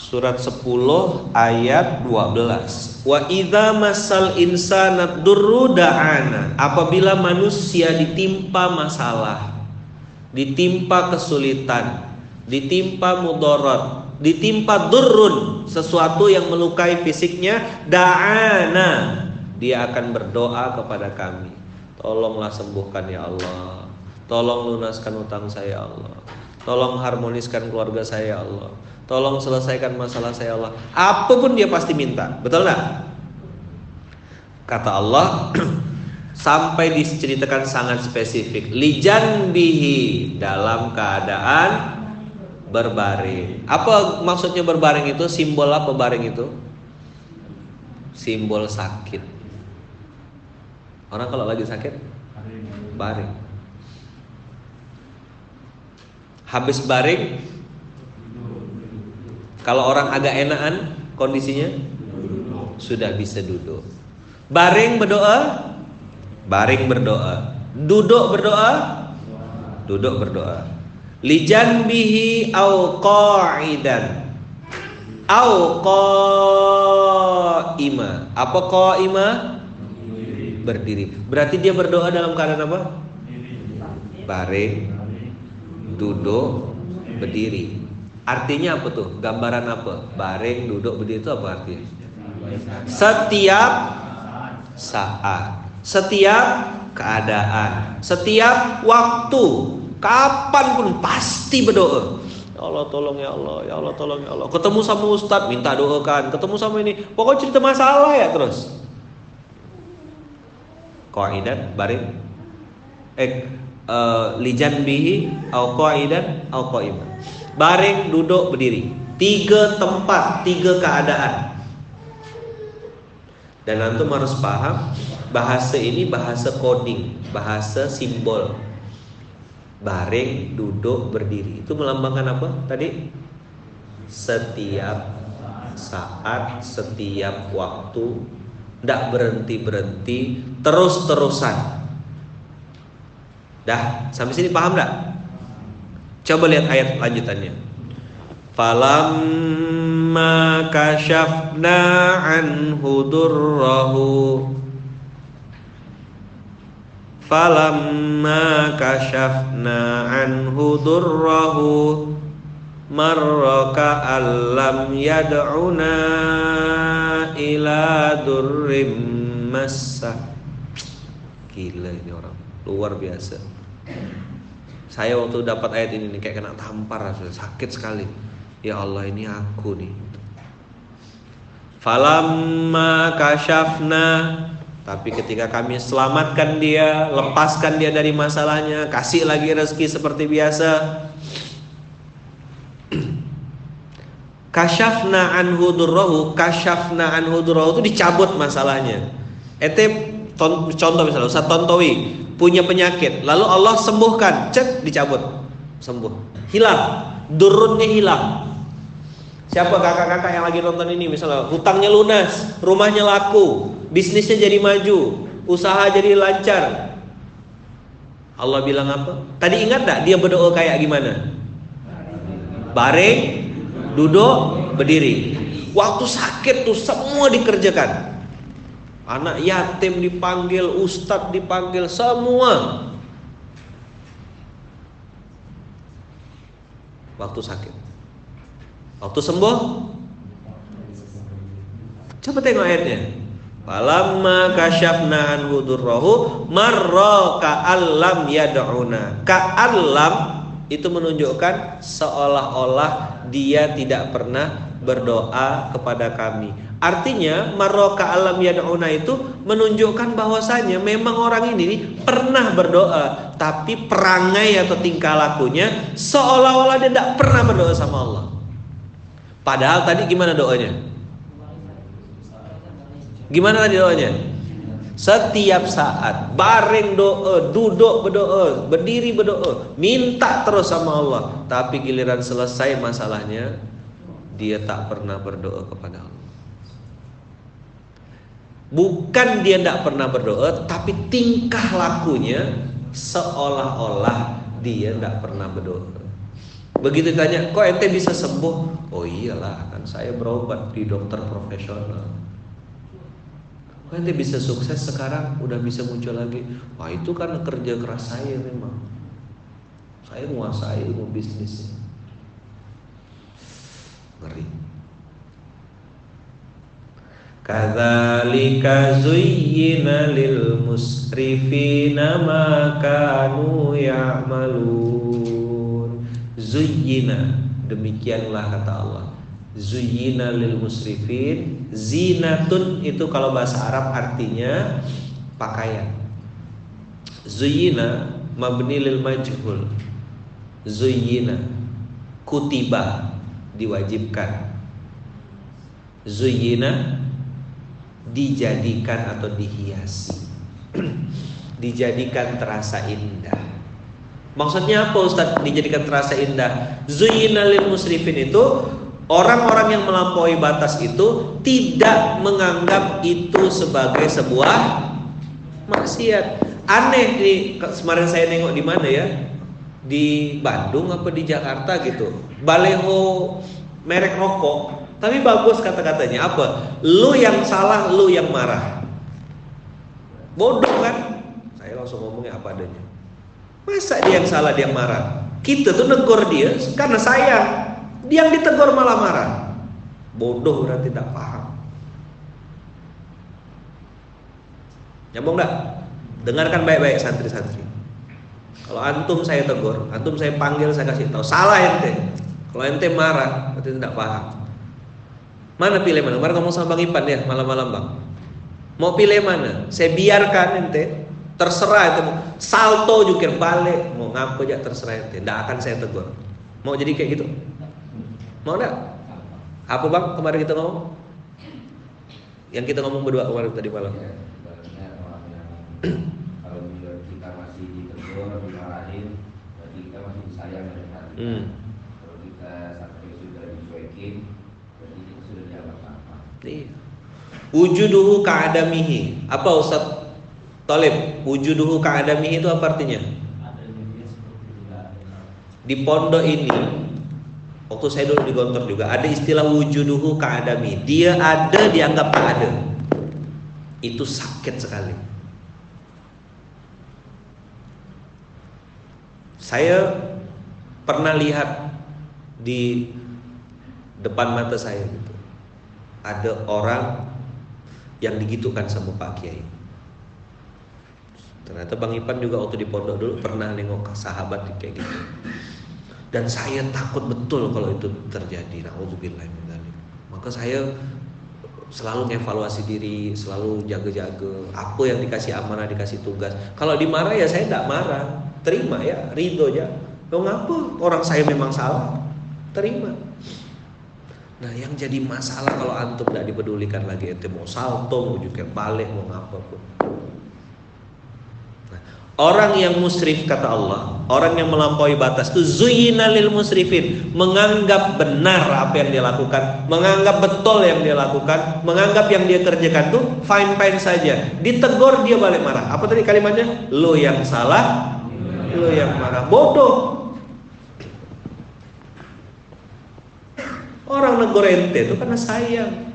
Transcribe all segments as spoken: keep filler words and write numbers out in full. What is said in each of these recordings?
Surat sepuluh ayat dua belas. Wa idza massal insana durru da'ana. Apabila manusia ditimpa masalah, ditimpa kesulitan, ditimpa mudarat, ditimpa durrun, sesuatu yang melukai fisiknya, da'ana, dia akan berdoa kepada kami. Tolonglah sembuhkan ya Allah. Tolong lunaskan utang saya ya Allah. Tolong harmoniskan keluarga saya ya Allah. Tolong selesaikan masalah saya Allah. Apapun dia pasti minta. Betul gak? Kata Allah sampai diceritakan sangat spesifik. Lijan bihi, dalam keadaan berbaring. Apa maksudnya berbaring itu? Simbol apa baring itu? Simbol sakit. Orang kalau lagi sakit baring. Habis baring, kalau orang agak enakan kondisinya, sudah bisa duduk. Baring berdoa, baring berdoa. Duduk berdoa, duduk berdoa. Lijan bihi au qa'idan au qa'ima. Apa qa'ima? Berdiri. Berarti dia berdoa dalam keadaan apa? Baring, duduk, berdiri. Artinya apa tuh? Gambaran apa? Baring, duduk, berdiri itu apa artinya? Setiap saat, setiap keadaan, setiap waktu, kapanpun pasti berdoa. Ya Allah tolong ya Allah, ya Allah tolong ya Allah. Ketemu sama ustadz minta doakan, ketemu sama ini, pokoknya cerita masalah ya terus. Qa'idan, baring, eh uh, lijan bihi au qa'idan au qa'imah. Baring, duduk, berdiri. Tiga tempat, tiga keadaan. Dan antum harus paham, bahasa ini bahasa coding, bahasa simbol. Baring, duduk, berdiri. Itu melambangkan apa tadi? Setiap saat, setiap waktu, tidak berhenti-berhenti, terus-terusan. Dah, sampai sini paham enggak? Coba lihat ayat lanjutannya. Falamma kashafna anhu durrahu Falamma kashafna anhu durrahu marra ka'allam yad'una ila durrim massa. Gila ini orang, luar biasa. Saya waktu dapat ayat ini nih kayak kena tampar, sakit sekali. Ya Allah, ini aku nih. Falamma kashafna, tapi ketika kami selamatkan dia, lepaskan dia dari masalahnya, kasih lagi rezeki seperti biasa. Kashafna anhu durrahu, kashafna anhu durrahu itu dicabut masalahnya. Ete contoh misalnya Ustaz Tontowi punya penyakit, lalu Allah sembuhkan, cek dicabut, sembuh, hilang, durunnya hilang. Siapa kakak-kakak yang lagi nonton ini misalnya hutangnya lunas, rumahnya laku, bisnisnya jadi maju, usaha jadi lancar. Allah bilang apa? Tadi ingat tak dia berdoa kayak gimana? Baring, duduk, berdiri. Waktu sakit tuh semua dikerjakan. Anak yatim dipanggil, ustadz dipanggil, semua. Waktu sakit. Waktu sembuh, coba tengok ayatnya. Falamma kashafna anhu durrahu marra ka'allam yad'una. Ka'allam itu menunjukkan seolah-olah dia tidak pernah berdoa kepada kami. Artinya marra ka'allam yad'una itu menunjukkan bahwasanya memang orang ini pernah berdoa, tapi perangai atau tingkah lakunya seolah-olah dia tidak pernah berdoa sama Allah. Padahal tadi gimana doanya? Gimana tadi doanya? Setiap saat, baring doa, duduk berdoa, berdiri berdoa, minta terus sama Allah. Tapi giliran selesai masalahnya, dia tak pernah berdoa kepada Allah. Bukan dia tidak pernah berdoa, tapi tingkah lakunya seolah-olah dia tidak pernah berdoa. Begitu ditanya, kok ente bisa sembuh? Oh iyalah, kan saya berobat di dokter profesional. Kok ente bisa sukses sekarang, udah bisa muncul lagi? Wah itu karena kerja keras saya memang. Saya menguasai ilmu bisnisnya. Ngeri. Kadzalika zuyyina lil musrifina ma kanu ya'malun. Zuyyina, demikianlah kata Allah. Zuyyina lil musrifin. Zinatun itu kalau bahasa Arab artinya pakaian. Zuyyina mabni lil majhul. Zuyyina kutiba, diwajibkan. Zuyyina dijadikan atau dihiasi. Dijadikan terasa indah. Maksudnya apa Ustaz dijadikan terasa indah? Zuyyina lil musrifin itu orang-orang yang melampaui batas itu tidak menganggap itu sebagai sebuah maksiat. Aneh nih, kemarin saya nengok di mana ya? Di Bandung apa di Jakarta gitu. Baleho merek rokok. Tapi bagus kata-katanya apa? Lu yang salah, lu yang marah. Bodoh kan? Saya langsung ngomongnya apa adanya. Masa dia yang salah, dia yang marah? Kita tuh negur dia karena sayang. Dia yang ditegur malah marah. Bodoh berarti tidak paham. Nyambung enggak? Dengarkan baik-baik santri-santri. Kalau antum saya tegur, antum saya panggil, saya kasih tahu salah ente. Kalau ente marah, berarti tidak paham. Mana pilih mana? Kemarin ngomong sama Bang Ipan ya malam-malam Bang. Mau pilih mana? Saya biarkan ente, terserah itu. Salto jungkir balik, mau ngapa aja terserah ente. Tidak akan saya tegur. Mau jadi kayak gitu? Mau enggak? Apa Bang kemarin kita ngomong? Yang kita ngomong berdua kemarin tadi malam. Ya, sebenarnya orang yang kalau kita masih ditegur, dimarahin, berarti kita masih disayang dari hati. Hmm. Kalau kita sampai sudah dicuekin, berarti kita sudah dianggap apa? Iya. Wujuduhu ka'adamihi. Apa Ustaz Thalib? Wujuduhu ka'adamihi itu apa artinya? Di pondok ini, waktu saya dulu di Gontor juga ada istilah wujuduhu ka'adami. Dia ada dianggap tak ada. Itu sakit sekali. Saya pernah lihat di depan mata saya gitu. Ada orang yang digitukan sama Pak Kiai. Ternyata Bang Ipan juga waktu di pondok dulu pernah nengok sahabat kayak gitu. Dan saya takut betul kalau itu terjadi. Nauzubillah min dzalik. Maka saya selalu ngevaluasi diri, selalu jaga-jaga. Apa yang dikasih amanah, dikasih tugas. Kalau dimarah ya saya tidak marah, terima ya, ridho aja. Lo ngapa? Orang saya memang salah, terima. Nah, yang jadi masalah kalau antum tidak dipedulikan lagi, ente mau salto, mau juga balik, mau ngapa pun. Orang yang musrif kata Allah, orang yang melampaui batas itu zuyyina lil musrifin, menganggap benar apa yang dia lakukan, menganggap betul yang dia lakukan, menganggap yang dia kerjakan itu fine-fine saja. Ditegur dia balik marah. Apa tadi kalimatnya? Lo yang salah, lo yang marah. Bodoh. Orang negur ente itu karena sayang.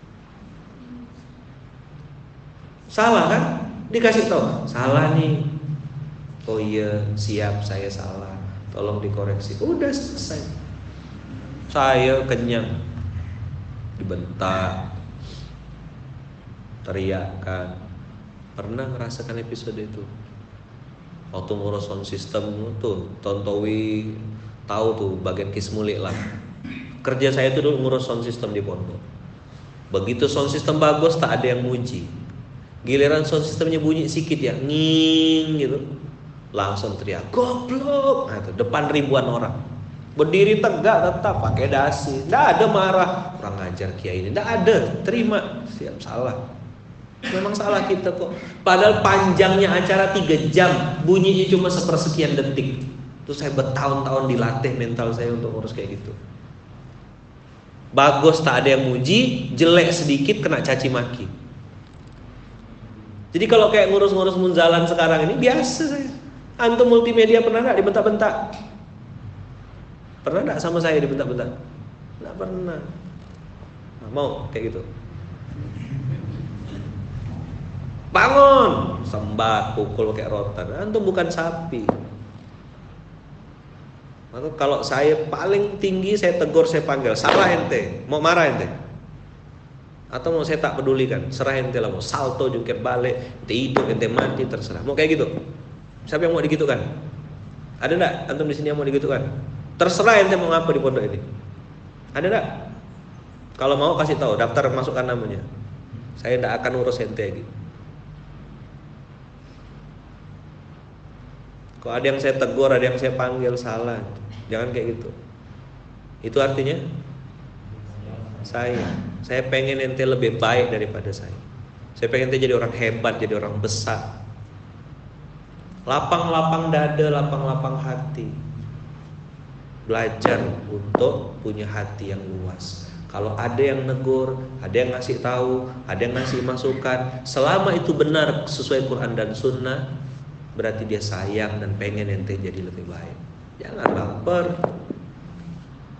Salah kan? Dikasih tahu, salah nih. Oh iya, siap, saya salah. Tolong dikoreksi. Udah selesai. Saya kenyang. Dibentak. Teriakan. Pernah ngerasakan episode itu? Waktu ngurus sound system tuh, Tontowi tahu tuh bagian kismulik lah. Kerja saya itu dulu ngurus sound system di pondok. Begitu sound system bagus tak ada yang muji. Giliran sound systemnya bunyi sikit ya, nging gitu. Langsung teriak, goblok. Nah, itu depan ribuan orang. Berdiri tegak tetap pakai dasi. Enggak ada marah, kurang ajar kiai ini. Enggak ada, terima. Siap salah. Memang salah kita kok. Padahal panjangnya acara tiga jam, bunyinya cuma sepersekian detik. Terus saya bertahun-tahun dilatih mental saya untuk ngurus kayak gitu. Bagus tak ada yang muji, jelek sedikit kena caci maki. Jadi kalau kayak ngurus-ngurus munzalan sekarang ini biasa saya. Antum multimedia pernah nggak dibentak-bentak? Pernah nggak sama saya dibentak-bentak? Nggak pernah. Nah, mau kayak gitu? Bangun, sembat, pukul pakai rotan. Antum bukan sapi. Maka kalau saya paling tinggi, saya tegur, saya panggil, salah ente, mau marah ente, atau mau saya tak pedulikan, serah ente lah, mau salto jungkir balik, ente hidup, ente mati, terserah. Mau kayak gitu? Siapa yang mau digitukan? Ada enggak antum di sini yang mau digitukan? Terserah ente mau ngapa di pondok ini. Ada enggak? Kalau mau kasih tahu, daftar masukkan namanya. Saya tidak akan urus ente gitu. Kalau ada yang saya tegur, ada yang saya panggil, salah. Jangan kayak gitu. Itu artinya saya Saya pengen ente lebih baik daripada saya. Saya pengen ente jadi orang hebat, jadi orang besar. Lapang-lapang dada, lapang-lapang hati. Belajar untuk punya hati yang luas. Kalau ada yang negur, ada yang ngasih tahu, ada yang ngasih masukan, selama itu benar sesuai Quran dan Sunnah, berarti dia sayang dan pengen ente jadi lebih baik. Jangan baper.